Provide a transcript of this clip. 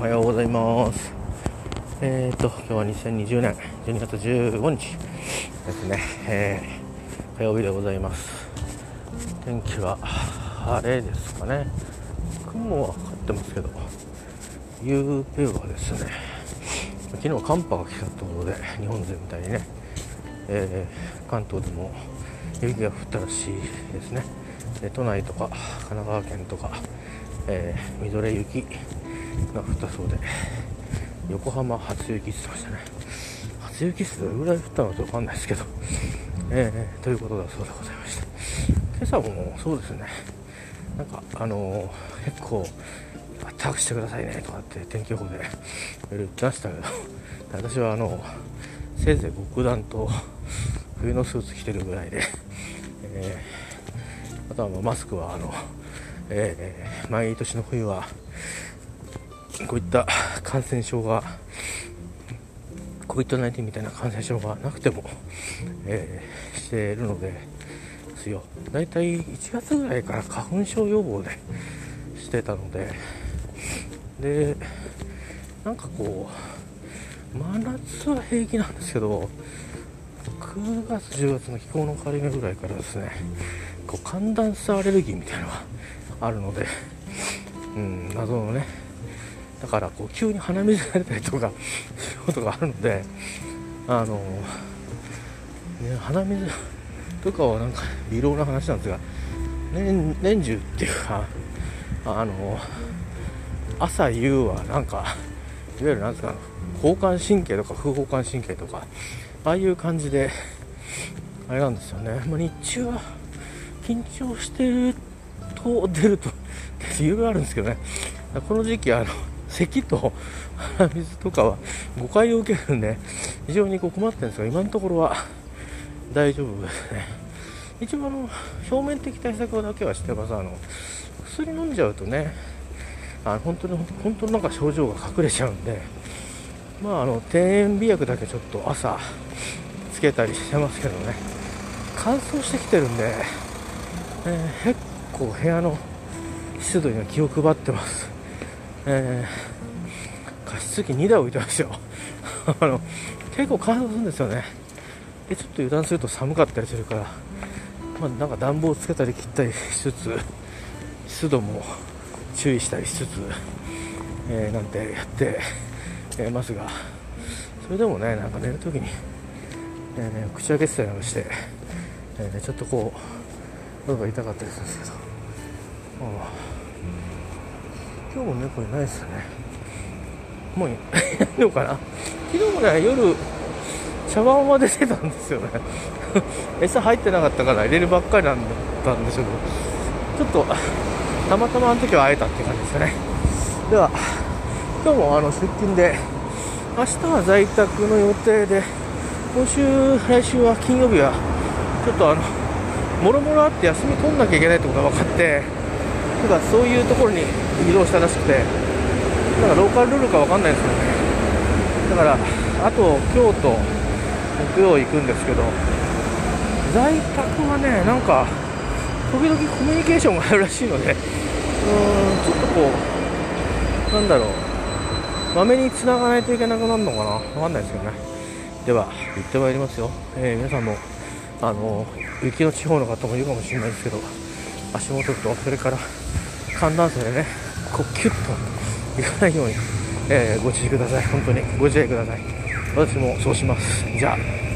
はようございます。今日は2020年12月15日ですね。火曜日でございます。天気は晴れですかね。雲はかかってますけど、夕べはですね、昨日寒波が来たところで日本勢みたいにね、関東でも雪が降ったらしいですね。都内とか神奈川県とか、みぞれ雪が降ったそうで、横浜初雪って言ってましたね。初雪ってどれぐらい降ったのか分かんないですけど、ということだそうでございました。今朝もそうですね、なんか結構あったかくしてくださいねとかって天気予報で言ってましたけど、私はせいぜい極暖と冬のスーツ着てるぐらいで、あとはマスクは毎年の冬はこういった感染症がCOVID-19 みたいな感染症がなくても、しているのですよ。だいたい1月ぐらいから花粉症予防でしてたので、なんかこう真夏は平気なんですけど、9月10月の気候の変わり目ぐらいからですね、こう寒暖差アレルギーみたいなのがあるので、謎のね、だからこう急に鼻水が出たりとかそういうことがあるので、鼻水とかはなんか微量な話なんですが、年中っていうか、朝夕はなんかいわゆるなんですか、交感神経とか副交感神経とかああいう感じであれなんですよね。日中は緊張してると出るといろいろあるんですけどね。この時期咳と鼻水とかは誤解を受けるんで非常に困ってるんですが、今のところは大丈夫ですね。一応表面的対策だけはしてます。薬飲んじゃうとね、本当になんか症状が隠れちゃうんで、点鼻薬だけちょっと朝つけたりしてますけどね。乾燥してきてるんで、結構部屋の湿度には気を配ってます。加湿器2台置いてますよ結構乾燥するんですよね。でちょっと油断すると寒かったりするから、なんか暖房つけたり切ったりしつつ、湿度も注意したりしつつ、なんてやってますが、それでもね、なんか寝るときに、口開けてたりなんかして、ちょっと喉が痛かったりするんですけど、今日も猫いないですよね。もういないのかな。昨日もね、夜茶碗は出てたんですよね餌入ってなかったから入れるばっかりなんだったんですけど、ちょっとたまたまあの時は会えたっていう感じですね。では今日も出勤で、明日は在宅の予定で、来週は金曜日はちょっともろもろあって休み取んなきゃいけないってことが分かって、そういうところに移動したらしくて、なんかローカルルールか分かんないですけどね。だからあと今日と木曜行くんですけど、在宅はね、なんか時々コミュニケーションがあるらしいので、ちょっとなんだろう、まめに繋がないといけなくなるのかな、分かんないですけどね。では行ってまいりますよ。皆さんも雪の地方の方もいるかもしれないですけど、足元とそれから寒暖差でね、キュッといかないように、ご注意ください。本当にご自愛ください。私もそうします。じゃあ。